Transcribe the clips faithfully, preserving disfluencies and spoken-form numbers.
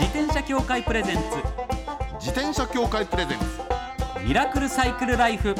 転車協会プレゼンツ自転車協会プレゼンツミラクルサイクルライフ。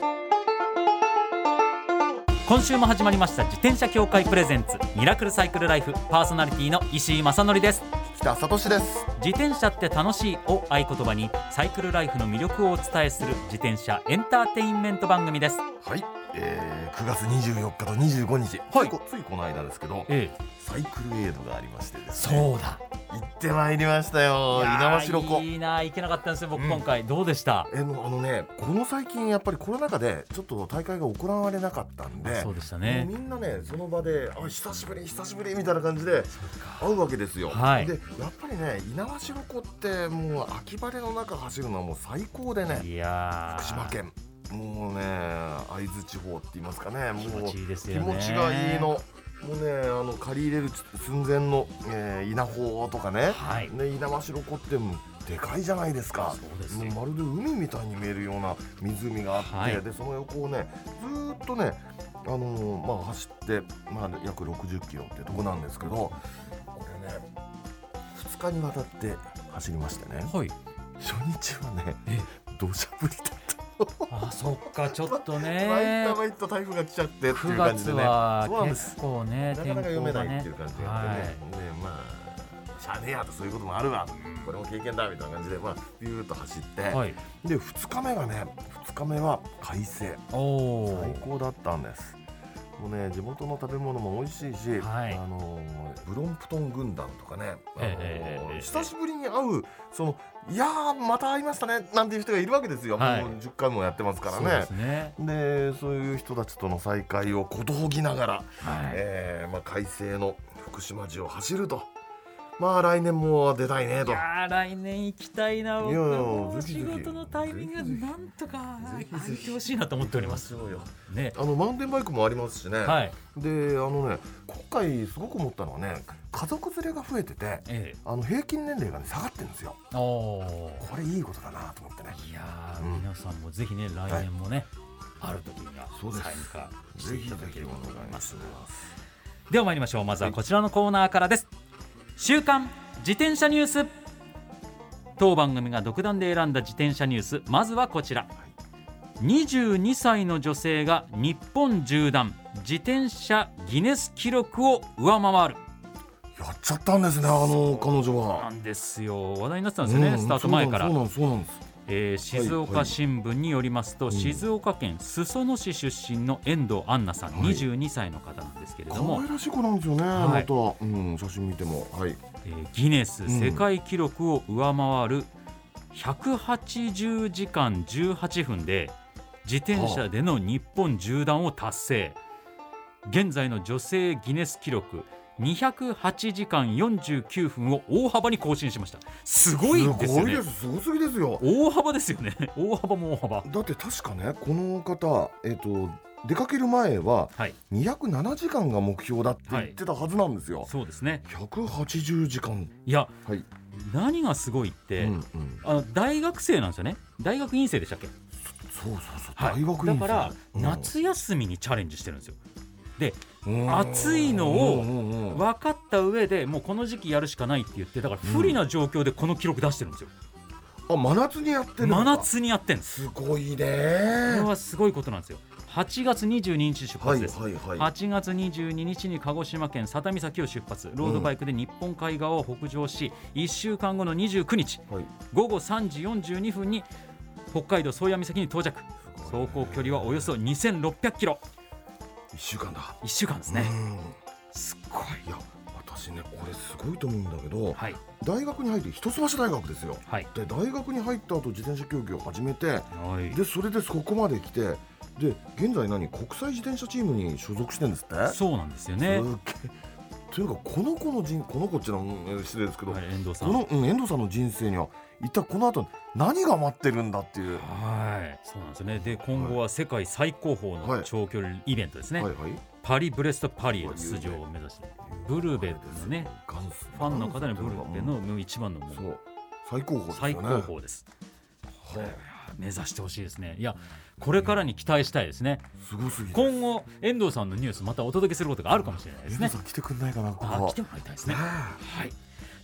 今週も始まりました自転車協会プレゼンツミラクルサイクルライフ、パーソナリティの石井正則です。 北里志です。 自転車って楽しいを合言葉にサイクルライフの魅力をお伝えする自転車エンターテインメント番組です。 はい、えー、くがつにじゅうよっかとにじゅうごにち、はい、ついこ、ついこの間ですけど、ええ、サイクルエイドがありましてですね、 そうだ、 行ってまいりましたよ。猪苗代湖。 いいな、行けなかったんですよ僕、うん、今回どうでした？ えのあのね、この最近やっぱりコロナ禍でちょっと大会が行われなかったんで、 そうでしたね、 みんなねその場であ久しぶり久しぶりみたいな感じで会うわけですよ、 はい、 でやっぱりね猪苗代湖ってもう秋晴れの中走るのはもう最高でね、 いや福島県もうね会津地方って言いますかね、もう気持ちいいですよね。 気持ちがいいの。もうねあの借り入れる寸前の、えー、稲穂とかね、はい、ね猪苗代湖ってでかいじゃないですか。そうですよ。もうまるで海みたいに見えるような湖があって、はい、でその横をねずーっとね、あのーまあ、走って、まあ、約ろくじゅっキロってとこなんですけど、これねふつかにわたって走りましてね、はい、初日はね土砂降りだった。 あ、そっか、ちょっとね参った参った台風が来ちゃってっていう感じでね、 くがつは結構ねなかなか読めないっていう感じで、ね、 はい、 ねまあしゃあねえやと、そういうこともあるわ、これも経験だみたいな感じで、まあ、ビューッと走って、はい、でふつかめがねふつかめは快晴、お最高だったんです。もうね地元の食べ物も美味しいし、はい、あのブロンプトン軍団とかね、あのえー、久しぶりに会うそのいやーまた会いましたねなんていう人がいるわけですよ、はい、もうじゅっかいもやってますからね。そうですね。でそういう人たちとの再会をことほぎながら、はい、えーまあ、快晴の福島市を走ると、まあ来年も出たいねと。 いや来年行きたいな。僕も仕事のタイミングがなんとか空いてほしいなと思っております。 ね、あのマウンテンバイクもありますしね、はい、であのね今回すごく思ったのはね、家族連れが増えてて、ええ、あの平均年齢が、ね、下がってるんですよ。おこれいいことだなと思ってね。いや、 うん、皆さんもぜひね来年もね、はい、ある時が参加していただければと思います。では参りましょう。まずはこちらのコーナーからです。はい、週刊自転車ニュース。当番組が独断で選んだ自転車ニュース、まずはこちら。にじゅうにさいの女性が日本縦断自転車ギネス記録を上回る。 やっちゃったんですね、あの彼女は。 そうなんですよ、話題になってたんですよね、うん、スタート前から。 そうなんです、そうなんです。 えー、静岡新聞によりますと、はいはい、静岡県裾野市出身の遠藤杏奈さん、はい、にじゅうにさいの方なんですけれども、 可愛らしい子なんですよね、はい、また、うん、写真見ても、はい、 えー、ギネス世界記録を上回るひゃくはちじゅうじかんじゅうはちふんで自転車での日本縦断を達成。現在の女性ギネス記録にひゃくはちじかんよんじゅうきゅうふんを大幅に更新しました。すごいですよね。 すごいです、すごすぎですよ。 大幅ですよね。大幅も大幅だって、確かねこの方、えーと、出かける前はにひゃくななじかんが目標だって言ってたはずなんですよ、はい、 そうですね。 ひゃくはちじゅうじかん。 いや、はい、何がすごいって、うんうん、あの大学生なんですよね。大学院生でしたっけ。 そうそうそう、はい、大学院生だから、 うん、夏休みにチャレンジしてるんですよ。で暑いのを分かった上でもうこの時期やるしかないって言って、だから不利な状況でこの記録出してるんですよ。 うん、あ、真夏にやってるのか。 真夏にやってるんです。 すごいね。これはすごいことなんですよ。はちがつにじゅうににち出発です、はいはいはい、はちがつにじゅうににちに鹿児島県佐多岬を出発、ロードバイクで日本海側を北上し、うん、いっしゅうかんごのにじゅうくにち、はい、ごごさんじよんじゅうにふんに北海道宗谷岬に到着。走行距離はおよそにせんろっぴゃくキロ。 いっしゅうかんだ。 いっしゅうかんですね。すごい。 いや私ねこれすごいと思うんだけど、はい、大学に入って一橋大学ですよ、はい、で大学に入った後自転車競技を始めて、はい、でそれでそこまで来て、で現在何国際自転車チームに所属してるんですって。 そうなんですよね。 というかこの子の人この子っていうのは失礼ですけど、 はい、遠藤さんこの、うん、遠藤さんの人生には一体この後何が待ってるんだっていう。 はい、そうなんですよね。で今後は世界最高峰の長距離イベントですね、はいはいはい、パリブレストパリへの出場を目指して、ブルベのねファンの方にブルベの一番のもうそう最高峰ですよね。 最高峰です、はい、目指してほしいですね。いやこれからに期待したいですね。 すごすぎです。 今後遠藤さんのニュースまたお届けすることがあるかもしれないですね。 遠藤さん来てくんないかな。ここあ来てもらいたいですね、はい。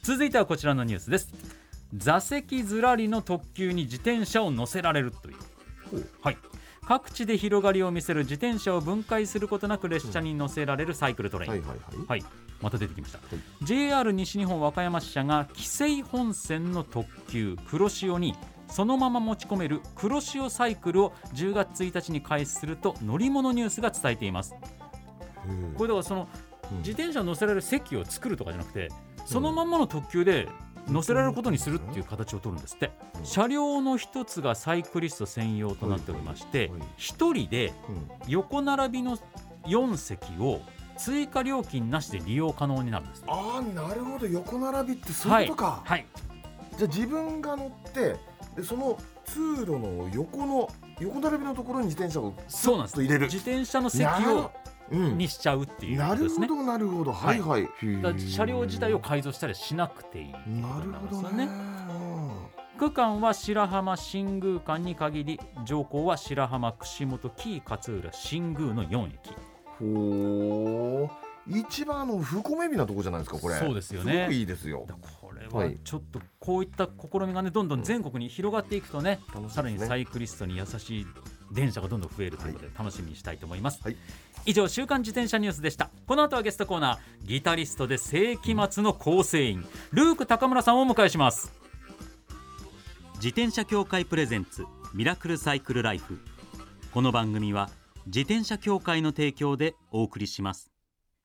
続いてはこちらのニュースです。座席ずらりの特急に自転車を乗せられるという、はい、各地で広がりを見せる自転車を分解することなく列車に乗せられるサイクルトレイン、はいはいはいはい、また出てきました、はい、ジェイアール 西日本和歌山支社が紀勢本線の特急黒潮にそのまま持ち込める黒潮サイクルをじゅうがつついたちに開始すると乗り物ニュースが伝えています。これだからその自転車を乗せられる席を作るとかじゃなくて、そのまんまの特急で乗せられることにするっていう形を取るんですって。車両の一つがサイクリスト専用となっておりまして、一人で横並びのよんせきを追加料金なしで利用可能になるんです。 ああ、なるほど、横並びってそういうことか、 はいはい、じゃあ自分が乗ってでその通路の横の横並びのところに自転車をそうなんです。 入れる、 自転車の席をにしちゃうっていうことですね。 なるほどなるほど、はいはい、 だ車両自体を改造したりしなくていいっていうことなんですよね。 なるほどね。 区間は白浜新宮間に限り、乗降は白浜串本紀伊勝浦新宮のよんえき。 ほー、一番の福目日なとこじゃないですかこれ。 そうですよね。 すごくいいですよ。 これはちょっとこういった試みがねどんどん全国に広がっていくとね、うん、さらにサイクリストに優しい電車がどんどん増えるということで楽しみにしたいと思います、はい、以上週刊自転車ニュースでした。この後はゲストコーナー、ギタリストで世紀末の構成員ルーク高村さんをお迎えします。自転車協会プレゼンツミラクルサイクルライフ。この番組は自転車協会の提供でお送りします。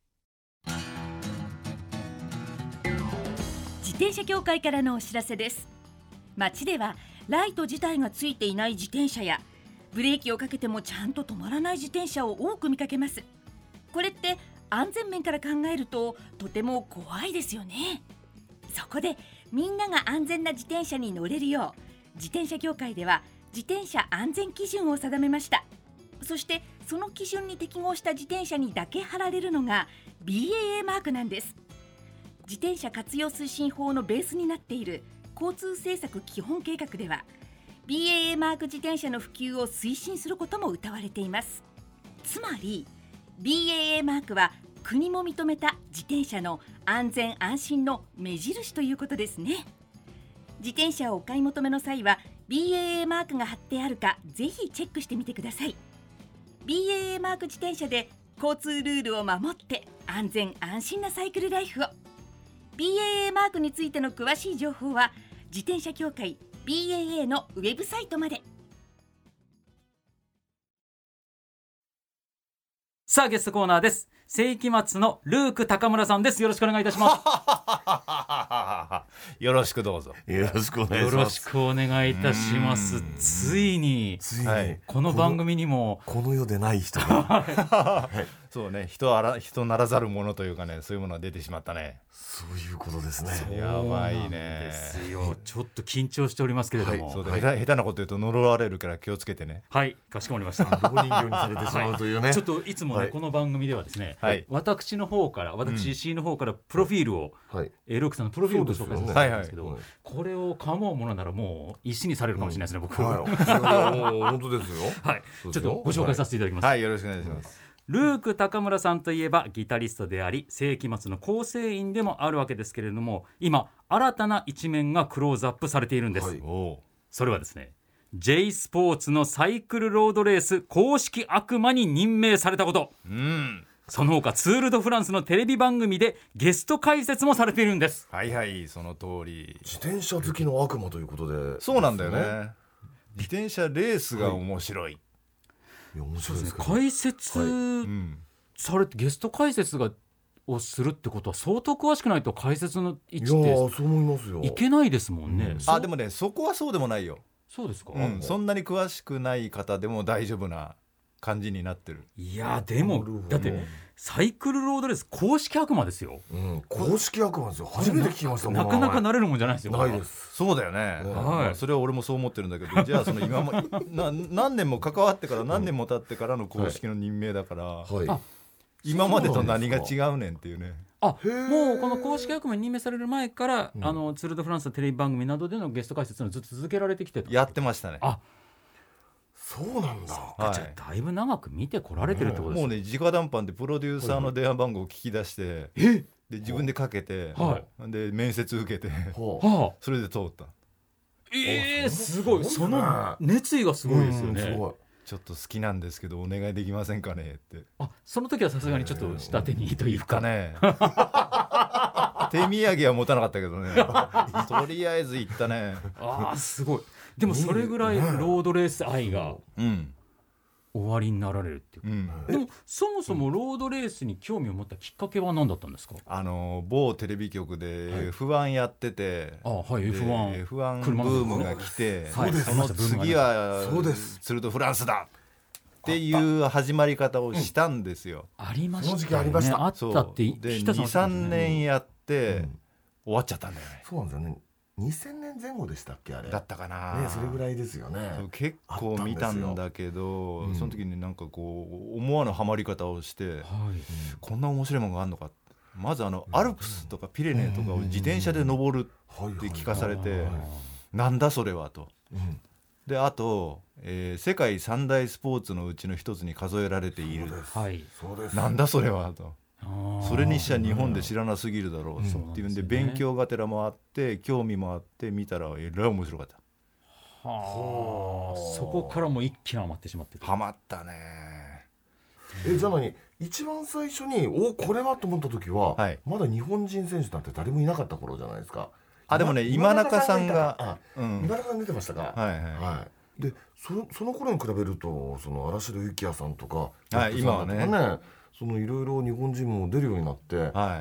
自転車協会からのお知らせです。街ではライト自体がついていない自転車やブレーキをかけてもちゃんと止まらない自転車を多く見かけます。これって安全面から考えるととても怖いですよね。そこでみんなが安全な自転車に乗れるよう自転車協会では自転車安全基準を定めました。そしてその基準に適合した自転車にだけ貼られるのが ビーエーエー マークなんです。自転車活用推進法のベースになっている交通政策基本計画では ビーエーエー マーク自転車の普及を推進することも謳われています。つまり ビーエーエー マークは国も認めた自転車の安全安心の目印ということですね。自転車をお買い求めの際は ビーエーエー マークが貼ってあるかぜひチェックしてみてください。 ビーエーエー マーク自転車で交通ルールを守って安全安心なサイクルライフを。 ビーエーエー マークについての詳しい情報は自転車協会 ビーエーエー のウェブサイトまで。 さあゲストコーナーです。世紀末のルーク高村さんです。よろしくお願いいたしますよろしくどうぞ。 よろしくお願いします。 よろしくお願いいたします。ついについに、 はい、この番組にもこの、この世でない人が、 はい、そうね、人あら人ならざるものというかね、そういうものが出てしまったね。 そういうことですね。 やばいね。 ですよ。ちょっと緊張しておりますけれども、 はい、そうだ、はい、下手、下手なこと言うと呪われるから気をつけてね。 はい、かしこまりました。 老人形にされてしまうというね、 はい、ちょっといつもね、はい、この番組ではですね、はい、私の方から私石井の方からプロフィールを、はい、えー、ルークさんのプロフィールをご紹介させていただくんですけど、はいはい、これを構うものならもう石にされるかもしれないですね、うん、僕は、 はい、本当ですよ。 はい、ちょっとご紹介させていただきます。 はい、はい、よろしくお願いします。 ルーク高村さんといえばギタリストであり世紀末の構成員でもあるわけですけれども、今新たな一面がクローズアップされているんです、はい、それはですね J スポーツのサイクルロードレース公式悪魔に任命されたこと、うん、その他ツール・ド・フランスのテレビ番組でゲスト解説もされているんです。 はいはい、その通り。 自転車好きの悪魔ということで。 そうなんだよね。自転車レースが面白い、はい、 面白いですね。 解説、はい、うん、されてゲスト解説がをするってことは相当詳しくないと解説の位置っていけないですもんね、うん、 あでもねそこはそうでもないよ。 そうですか、 うん、そんなに詳しくない方でも大丈夫な感じになってる。 いやでもだってサイクルロードレース公式悪魔ですよ、 うん、公式悪魔ですよ。初めて聞きましたもん。 なかなかなれるもんじゃないですよ。 ないです。 そうだよね、はい、それは俺もそう思ってるんだけどじゃあその今もな何年も関わってから何年も経ってからの公式の任命だから、はいはい、今までと何が違うねんっていうね。 あもうこの公式役名に任命される前から、うん、あのツール・ド・フランスのテレビ番組などでのゲスト解説をずっと続けられてきてた。 やってましたね。あそうなんだ。 はい、じゃあだいぶ長く見てこられてるってことですね。 もうね直談判でプロデューサーの電話番号を聞き出して、 えで自分でかけて、はい、で面接受けて、 はあ、 それで通った。 えー、すごい、その熱意がすごいですよね。すごい、 ちょっと好きなんですけどお願いできませんかねって。 あ、その時はさすがにちょっと下手にというかね手土産は持たなかったけどねとりあえず行ったね。 あー、すごい。でもそれぐらいロードレース愛が、うん、終わりになられるっていう、うん、でもそもそもロードレースに興味を持ったきっかけは何だったんですか？ あの某テレビ局で エフワン やってて、 はい、あ、はい、エフワンエフワン ブームが来て、 はい、 その次はツール・ド・フランスだっていう始まり方をしたんですよ。 ありましたね。 その時期ありました。 あったってでにさんねんやって、うん、終わっちゃったんだよね。 そうなんですよね。にせんねんぜん後でしたっけ、あれ。 だったかな、 ね、それぐらいですよね。 結構見たんだけど、うん、その時になんかこう思わぬハマり方をして、はい、こんな面白いものがあるのか。まずあのアルプスとかピレネーとかを自転車で登るって聞かされて、なんだそれはと、うん、であと、えー、世界三大スポーツのうちの一つに数えられている。 はい、 なんだそれはと。それにしちゃ日本で知らなすぎるだろうっていうんで、勉強がてらもあって興味もあって見たらえらい面白かった。 はあ、そこからも一気にハマってしまってハマったね。 え、じゃあ何、一番最初におこれはと思った時は、はい、まだ日本人選手なんて誰もいなかった頃じゃないですか。 あ、でもね、今中さんが、 あ、うん、今中さん出てましたか。はいはい、はい、で そ, その頃に比べるとその荒城幸也さんとか、 はい、今はね、 そのいろいろ日本人も出るようになって、はい、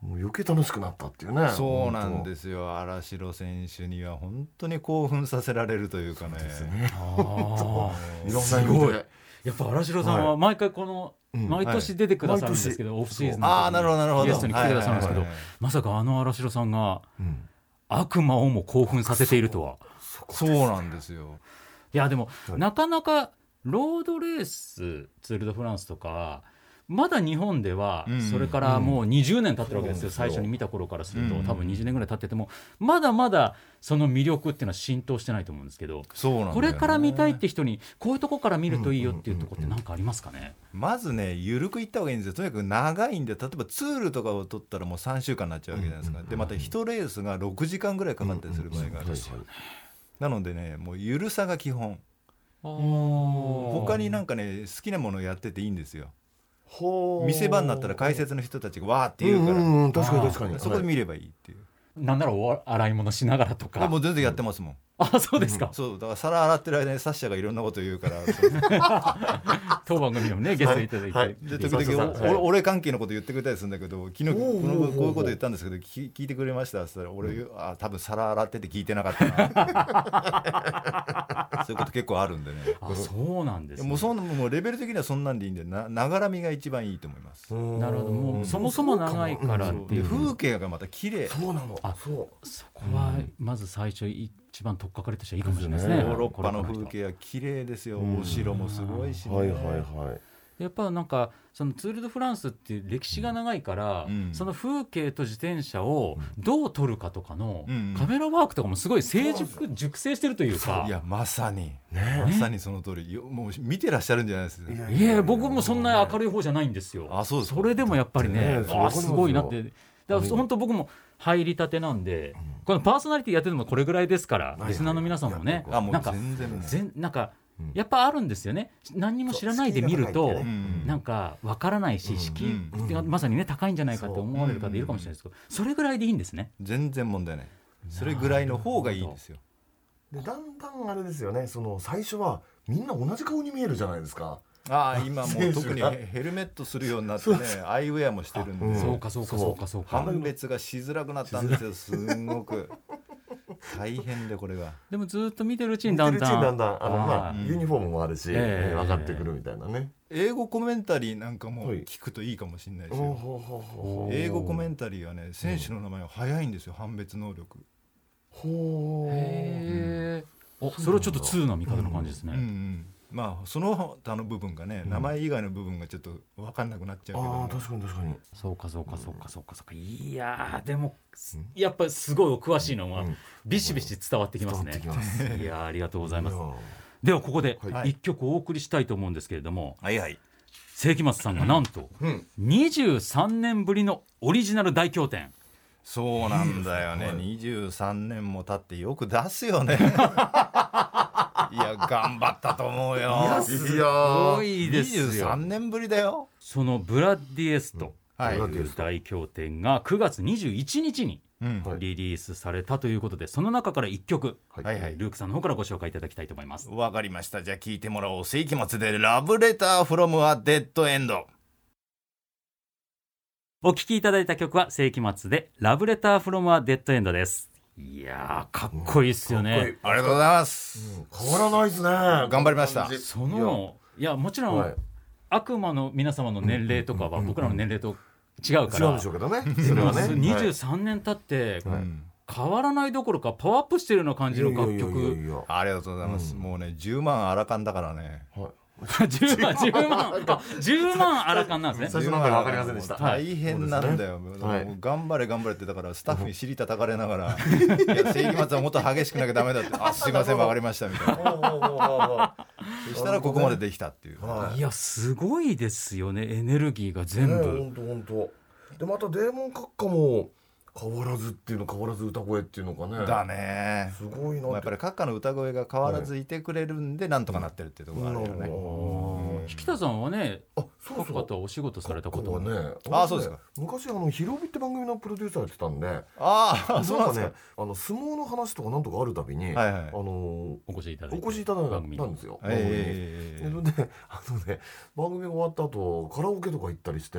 もう余計楽しくなったっていうね。 そうなんですよ。荒城選手には本当に興奮させられるというかね。そうですね。 あいろんな意味でやっぱ荒城さんは毎回この、はい、毎年出てくださるんですけど、はい、オフシーズンのゲストに来てくださるんですけど、まさかあの荒城さんが、うん、悪魔をも興奮させているとは。 そう、そうなんですよ。 いやでも、はい、なかなかロードレースツール・ド・フランスとかまだ日本ではそれからもうにじゅうねん経ってるわけですよ、うん、最初に見た頃からすると、うん、多分にじゅうねんぐらい経っててもまだまだその魅力っていうのは浸透してないと思うんですけど、 そうなんだよね、 これから見たいって人にこういうとこから見るといいよっていうとこって何かありますかね。 まずね、緩くいった方がいいんですよ。とにかく長いんで、例えばツールとかを取ったらもうさんしゅうかんになっちゃうわけじゃないですか。でまたいちレースがろくじかんぐらいかかったりする場合があるし、なのでね、もう緩さが基本。他になんかね、好きなものをやってていいんですよ。見せ場になったら解説の人たちがわーって言うから、うんうん、 確かに確かにそこで見ればいいっていう。 なんならお洗い物しながらとか。 もう全然やってますもん。 あ、そうですか、うん、 そうだから皿洗ってる間にサッシャがいろんなこと言うから当番組にもねゲストいただいて、はいはい、で時々、はい、俺関係のこと言ってくれたりするんだけど、昨日このこういうこと言ったんですけど聞いてくれましたって言ったら、俺、うん、あ多分皿洗ってて聞いてなかったなそういうこと結構あるんでね。 あ、そうなんですね。 もうそんもうレベル的にはそんなんでいいんで、なながらみが一番いいと思います。 なるほど、もうそもそも長いからっていう、 風景がまた綺麗。 そうなの。 あ、そうそこはまず最初一番取っかかりとしてはいいかもしれないですね。ヨーロッパの風景は綺麗ですよ。お城もすごいしね、 はいはいはい、 やっぱなんかそのツール・ド・フランスっていう歴史が長いから、うん、その風景と自転車をどう撮るかとかのカメラワークとかもすごい成熟、熟成してるというか。 いやまさに、ね、まさにその通り。もう見てらっしゃるんじゃないですか。 いや僕もそんな明るい方じゃないんですよ。 あ、そうです。 それでもやっぱりね、あすごいなって。だから本当僕も入りたてなんで、このパーソナリティやってるのもこれぐらいですから、リスナーの皆さんもね、なんか全なんかやっぱあるんですよね。何にも知らないで見るとなんかわからないし、敷居がまさにね高いんじゃないかと思われる方いるかもしれないですけど、それぐらいでいいんですね。 全然問題ない。それぐらいの方がいいですよ。 でだんだんあれですよね、その最初はみんな同じ顔に見えるじゃないですか。 ああ、今もう特にヘルメットするようになってね、アイウェアもしてるんで、うん、 そうかそうかそうかそうか、 判別がしづらくなったんですよ。すんごく大変で、これが。 でもずっと見てるうちにだんだんだんだんあの、まあ、ユニフォームもあるし、えー、分かってくるみたいなね。 英語コメンタリーなんかも聞くといいかもしれないですよ。英語コメンタリーはね、選手の名前は早いんですよ、判別能力。 ほー、へー、お、それはちょっと通な見方の感じですね。うんうんうん、 まあ、その他の部分がね、うん、名前以外の部分がちょっと分かんなくなっちゃうけど、ね、 あ、確かに確かに。 そうかそうかそうかそうかそうか。いやでも、うん、やっぱりすごいお詳しいのは、うん、ビシビシ伝わってきますね。いやありがとうございます。ではここで一曲お送りしたいと思うんですけれども、 はいはい、 世紀末さんがなんとにじゅうさんねんぶりのオリジナル大経典。 そうなんだよね、はい、にじゅうさんねんも経ってよく出すよねいや頑張ったと思うよ。 いやすごいですよ。 にじゅうさんねんぶりだよ。 そのブラッディエストとはいいう大経典がくがつにじゅういちにちにうんリリースされたということで、その中からいっきょく、 はいはいルークさんの方からご紹介いただきたいと思います。 わかりました。じゃあ聞いてもらおう。世紀末でラブレターフロムアデッドエンド。 お聴きいただいた曲は世紀末でラブレターフロムアデッドエンドです。いやーかっこいいっすよね、 かっこいい。 ありがとうございます、 うん変わらないですね。 頑張りました。 そのいやもちろん、 はい悪魔の皆様の年齢とかは僕らの年齢と違うから、 違うんでしょうけどね。それはね。 にじゅうさんねん経ってはいうん変わらないどころかパワーアップしてるような感じの楽いやいやいや曲。 いやありがとうございます、 うんもうねじゅうまんアラカンだからね。 はいじゅうまんじゅうまんあじゅうまんアラカンなんですね。 最初なんか分かりませんでした。 大変なんだよ、 そうですねもうはいもう頑張れ頑張れってだからスタッフに尻叩かれながらいや世紀末はもっと激しくなきゃダメだってあすいませんわかりましたみたいな。 おうおうおうおうおうそしたらここまでできたっていう、 はいいやすごいですよね、エネルギーが全部、 本当本当。でまたデーモン閣下も変わらずっていうの変わらず歌声っていうのかね。 だね。 すごいなって。 まあやっぱり閣下の歌声が変わらずいてくれるんでなんとかなってるっていうところがあるよね、 うん引田さんはねあそうそう。 各方お仕事されたことも閣下はね。 あそうですか。 昔あのひろびって番組のプロデューサーやってたんで。 ああそうなんですか。 ねあの相撲の話とかなんとかあるたびに、 はいはいあのお越しいただいてお越しいただいた番組にんですよ。 ええ番組にであのね番組が終わった後カラオケとか行ったりして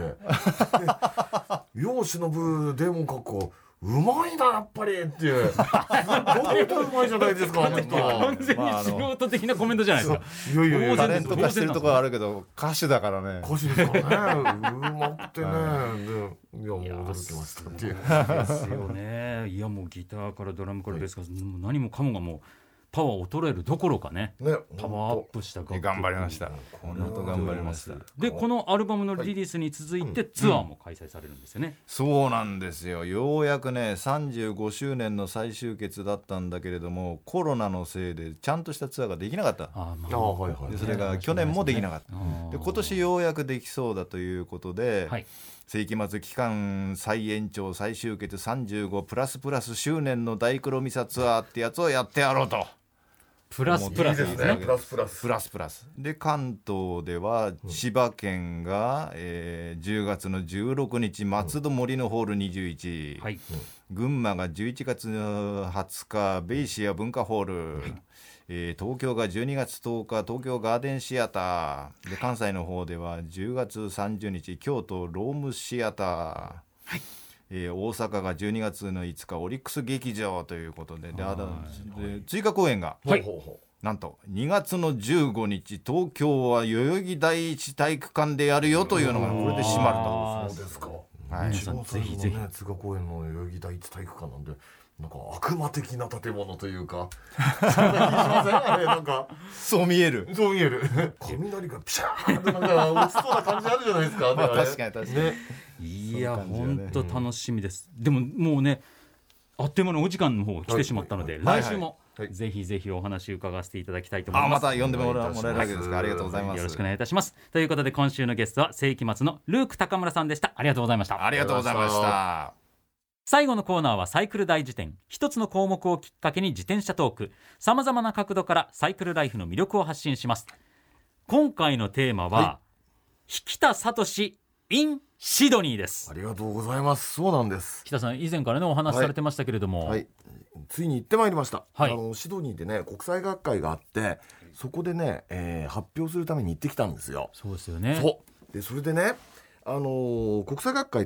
「世を忍ぶデーモン閣下うまいなやっぱり」っていうすごい歌うまいじゃないですかあの人は。 完全に素人的なコメントじゃないですか。 いやいやいやタレント化してるところはあるけど歌手だからね。 歌手ですからねうまくてね、でいやもう驚きましたっていう。 ですよね。いやもうギターからドラムからベースから、もう何もかもがもうパワー衰えるどころかね、 ねパワーアップした楽曲頑張りました。本当頑張りました。 でこのアルバムのリリースに続いてツアーも開催されるんですよね。 そうなんですよ。ようやくねさんじゅうごしゅうねんの最終決だったんだけれどもコロナのせいでちゃんとしたツアーができなかった。 あーまああはいはいでそれが去年もできなかった。 あーで今年ようやくできそうだということで、 はい世紀末期間再延長最終決さんじゅうごプラスプラス周年の大黒ミサツアーってやつをやってやろうと。 プラスプラスですね。 プラスプラスプラスプラスで関東では千葉県が、えーじゅうがつのじゅうろくにち松戸森のホールにじゅういち、 はい群馬がじゅういちがつのはつかベイシア文化ホール、えー東京がじゅうにがつとおか東京ガーデンシアターで関西の方ではじゅうがつさんじゅうにち京都ロームシアター、えー大阪がじゅうにがつのいつかオリックス劇場ということで、であだで追加公演がはいほうほうほなんとにがつのじゅうごにち東京は代々木第一体育館でやるよというのがこれで閉まるあーうそうですか。 はい皆さんぜひぜひね津賀公園の代々木第一体育館なんでなんか悪魔的な建物というかそんな気しませんあれなんかそう見える。 そう見える雷がピシャーってなんか落ちそうな感じあるじゃないですか、 まあねあれ確かに確かに、 ねいやそういう感じよね本当楽しみです。でももうねあっという間のお時間の方が来てしまったので、 はいはい来週もはいぜひぜひお話伺わせていただきたいと思いあます。 また呼んでもらお願いいたしますもらえるわけですか。ありがとうございます。 よろしくお願いいたします。ということで今週のゲストは世紀末のルーク高村さんでした。ありがとうございました。 ありがとうございました。 最後のコーナーはサイクル大辞典。一つの項目をきっかけに自転車トーク、さまざまな角度からサイクルライフの魅力を発信します。今回のテーマは、 は引田聡 in シドニーですあ。りがとうございます。そうなんです。 引田さん以前からねお話しされてましたけれども、 はい、ついに行ってまいりました、 はいあのシドニーでね国際学会があってそこでね、えー発表するために行ってきたんですよ。 そうですよね。 そうでそれでね、あのー国際学会って、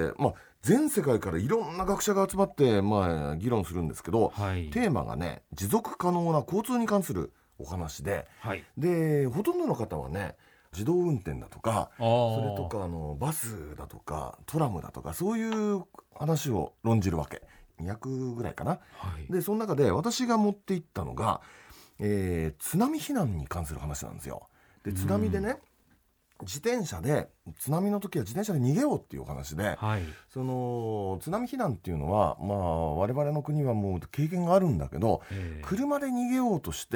まあ、全世界からいろんな学者が集まって、まあ、議論するんですけど、 はいテーマがね持続可能な交通に関するお話で、 はい。 でほとんどの方はね自動運転だとかあーそれとかあのバスだとかトラムだとかそういう話を論じるわけ。にひゃくぐらいかな。 はい。 でその中で私が持っていったのが、えー津波避難に関する話なんですよ。で津波でね自転車で津波の時は自転車で逃げようっていうお話で、 はい。 その津波避難っていうのは、まあ、我々の国はもう経験があるんだけど、 えー車で逃げようとして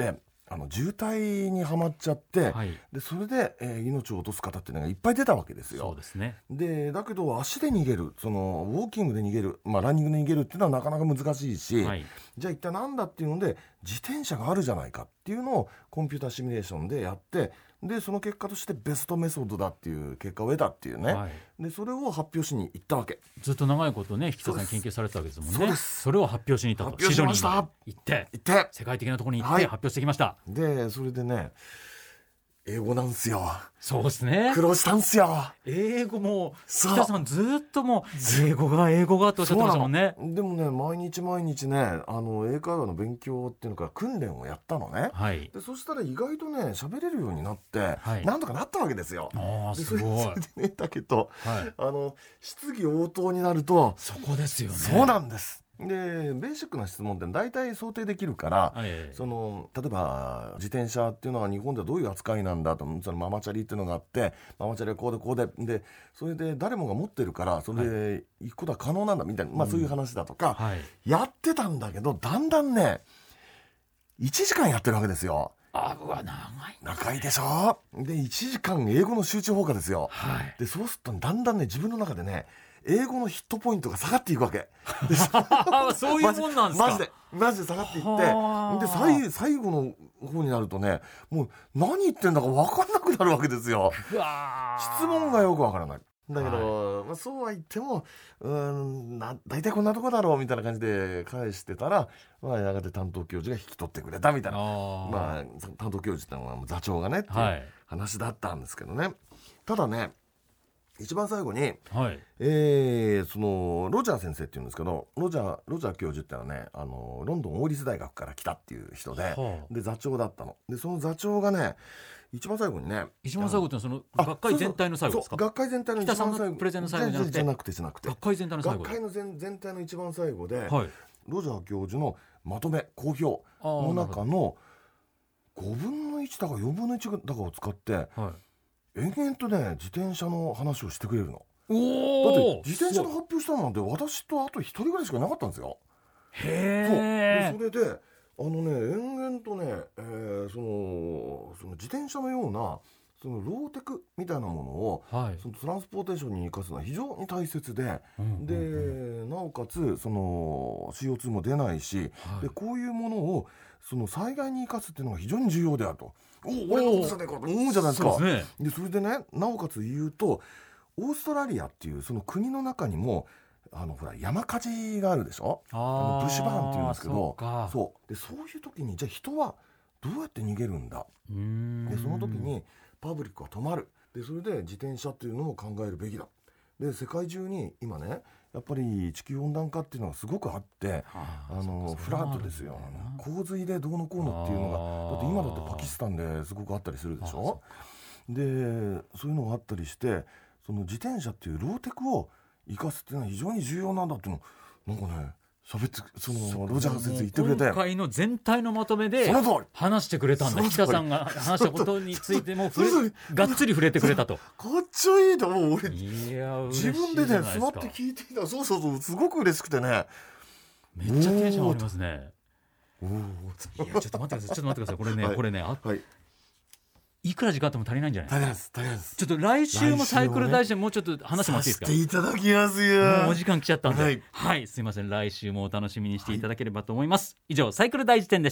あの渋滞にはまっちゃって、 はい、 でそれで、えー、命を落とす方っていうのがいっぱい出たわけですよ。 そうですね。 でだけど足で逃げる、そのウォーキングで逃げる、まあ、ランニングで逃げるっていうのはなかなか難しいし、はい、じゃあ一体なんだっていうので自転車があるじゃないかっていうのをコンピューターシミュレーションでやって、でその結果としてベストメソッドだっていう結果を得たっていうね、はい、でそれを発表しに行ったわけ。 ずっと長いことね引田さん研究されてたわけですもんね。 そうです。 それを発表しに行ったと。 発表しました。 シドニーに行って行って世界的なところに行って発表してきました、はい、 でそれでね英語なんすよ。 そうですね。 苦労したんすよ。 英語も引田さんずっともう英語が英語がとおっしゃってましたもんね。 でもね毎日毎日ねあの英会話の勉強っていうのから訓練をやったのね、はい、でそしたら意外とね喋れるようになって、はい、なんとかなったわけですよ。 あすごい。 それでねだけど、はい、あの質疑応答になるとそこですよね。 そうなんです。でベーシックな質問って大体想定できるから、はい、その例えば自転車っていうのは日本ではどういう扱いなんだと、そのママチャリっていうのがあってママチャリはこうでこうででそれで誰もが持ってるからそれで行くことは可能なんだみたいな、まあ、そういう話だとか、はい、やってたんだけどだんだんねいちじかんやってるわけですよ。 あうわ長い長いでしょ。でいちじかん英語の集中放課ですよ、はい、でそうするとだんだんね自分の中でね英語のヒットポイントが下がっていくわけそういうもんなんですか。 マジでマジで下がっていってで 最, 最後の方になるとねもう何言ってんだか分かんなくなるわけですよ。質問がよく分からない。だけど、はいまあ、そうは言ってもうーんな大体こんなとこだろうみたいな感じで返してたら、まあ、やがて担当教授が引き取ってくれたみたいな、まあ、担当教授ってのは座長がねっていう話だったんですけどね、はい、ただね一番最後に、はいえー、そのロジャー先生っていうんですけどロジャー、ロジャー教授ってのはねあのロンドン王立大学から来たっていう人 で,、はあ、で座長だったのでその座長がね一番最後にね一番最後ってその学会全体の最後ですか。 そうそう学会全体の一番最後北さんのプレゼンの最後じゃなくてじゃなくてじゃなくて学会全体の最後学会の 全, 全体の一番最後で、はい、ロジャー教授のまとめ公表の中のごぶんのいちだかよんぶんのいちだかを使って、はい延々とね自転車の話をしてくれるの。 おだって自転車の発表したのなんて私とあと一人ぐらいしかいなかったんですよ。 へそうでそれであのね延々とね、えー、そのその自転車のようなそのローテクみたいなものを、はい、そのトランスポーテーションに生かすのは非常に大切で、うんうんうん、でなおかつその シーオーツー も出ないし、はい、でこういうものをその災害に生かすっていうのが非常に重要であると。お俺のことじゃないかと思うじゃないですか。そうですね。でそれでねなおかつ言うとオーストラリアっていうその国の中にもあのほら山火事があるでしょ。あのブッシュバーンっていうんですけどそうそうでそういう時にじゃあ人はどうやって逃げるんだ。うーんでその時にパブリックは止まる。でそれで自転車っていうのも考えるべきだ。で世界中に今ねやっぱり地球温暖化っていうのがすごくあって、はあ、あのフラットですよ。洪水でどうのこうのっていうのがだって今だってパキスタンですごくあったりするでしょ。でそういうのがあったりしてその自転車っていうローテクを生かすっていうのは非常に重要なんだっていうのなんかね喋ってそのロジャー先生言ってくれて今回の全体のまとめで話してくれたんだ。北さんが話したことについてもがっつり触れてくれたと。 かっちょいいと思う。俺いや自分でね座って聞いていた。そうそうそうすごく嬉しくてねめっちゃテンションありますね。おいやちょっと待ってくださいちょっと待ってくださいこれね、はい、これねあ、はい、いくら時間あっても足りないんじゃないですか。 足りないです足りないです。 ちょっと来週もサイクル大臣もうちょっと話してもらっていいですか。 させていただきますよ。 もうお時間来ちゃったんで、はい、はい、すいません来週もお楽しみにしていただければと思います、はい、以上サイクル大辞典でした。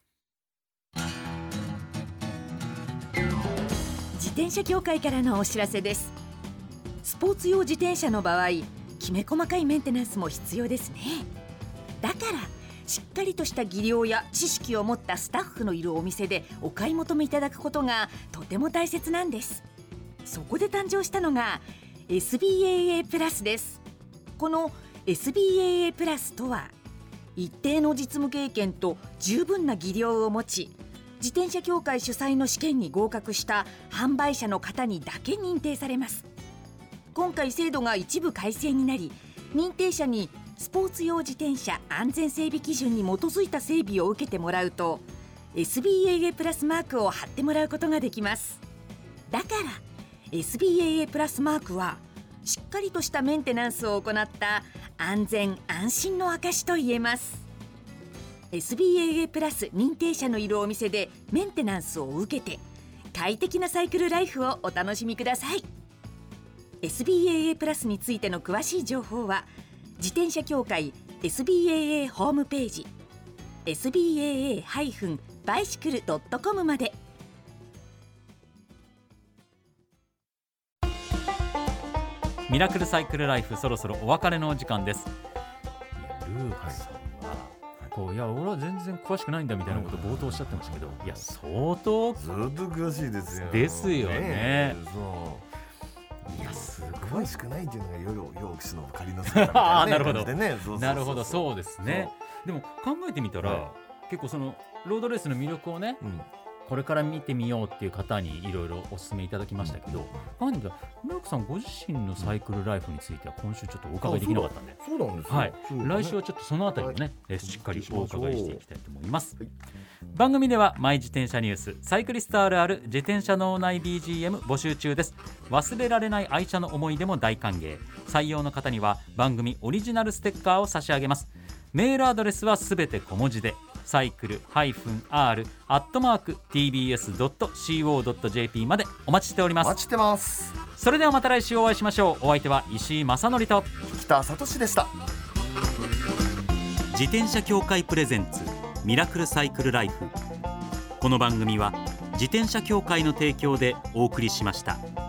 自転車協会からのお知らせです。スポーツ用自転車の場合きめ細かいメンテナンスも必要ですね。だからしっかりとした技量や知識を持ったスタッフのいるお店でお買い求めいただくことがとても大切なんです。そこで誕生したのが エスビーエーエー プラスです。この エスビーエーエー プラスとは一定の実務経験と十分な技量を持ち自転車協会主催の試験に合格した販売者の方にだけ認定されます。今回制度が一部改正になり認定者にスポーツ用自転車安全整備基準に基づいた整備を受けてもらうと エスビーエーエー プラスマークを貼ってもらうことができます。だから エスビーエーエー プラスマークはしっかりとしたメンテナンスを行った安全安心の証と言えます。 エスビーエーエー プラス認定者のいるお店でメンテナンスを受けて快適なサイクルライフをお楽しみください。 エスビーエーエー プラスについての詳しい情報は自転車協会 エスビーエーエー ホームページ エスビーエーエー バイシクル ドットコム まで。 ミラクルサイクルライフ、そろそろお別れのお時間です。ルーカさんはこういや俺は全然詳しくないんだみたいなことを冒頭おっしゃってましたけど、いや相当ずっと詳しいですよ。 ですよね。 ねそういやすごい詳しくないっていうのがヨーヨークスの仮の姿みたいな、ね、 なるほど、 ね、そうそうそうそうなるほど、そうですね。でも考えてみたら、はい、結構そのロードレースの魅力をね、うん、これから見てみようっていう方にいろいろお勧めいただきましたけど、考えてみたらルークさんご自身のサイクルライフについては今週ちょっとお伺いできなかったんで、 そうなんですね、 はい、来週はちょっとそのあたりをね、はい、しっかりお伺いしていきたいと思います。はい、番組ではマイ自転車ニュース、サイクリストあるある、自転車脳内 ビージーエム 募集中です。忘れられない愛車の思い出も大歓迎。採用の方には番組オリジナルステッカーを差し上げます。メールアドレスはすべて小文字でサイクル アール アットマーク ティービーエス ドット シーオー ドット ジェーピー までお待ちしております。 お待ちしてます。 それではまた来週お会いしましょう。お相手は石井正則と北里志でした。 自転車協会プレゼンツミラクルサイクルライフ。この番組は自転車協会の提供でお送りしました。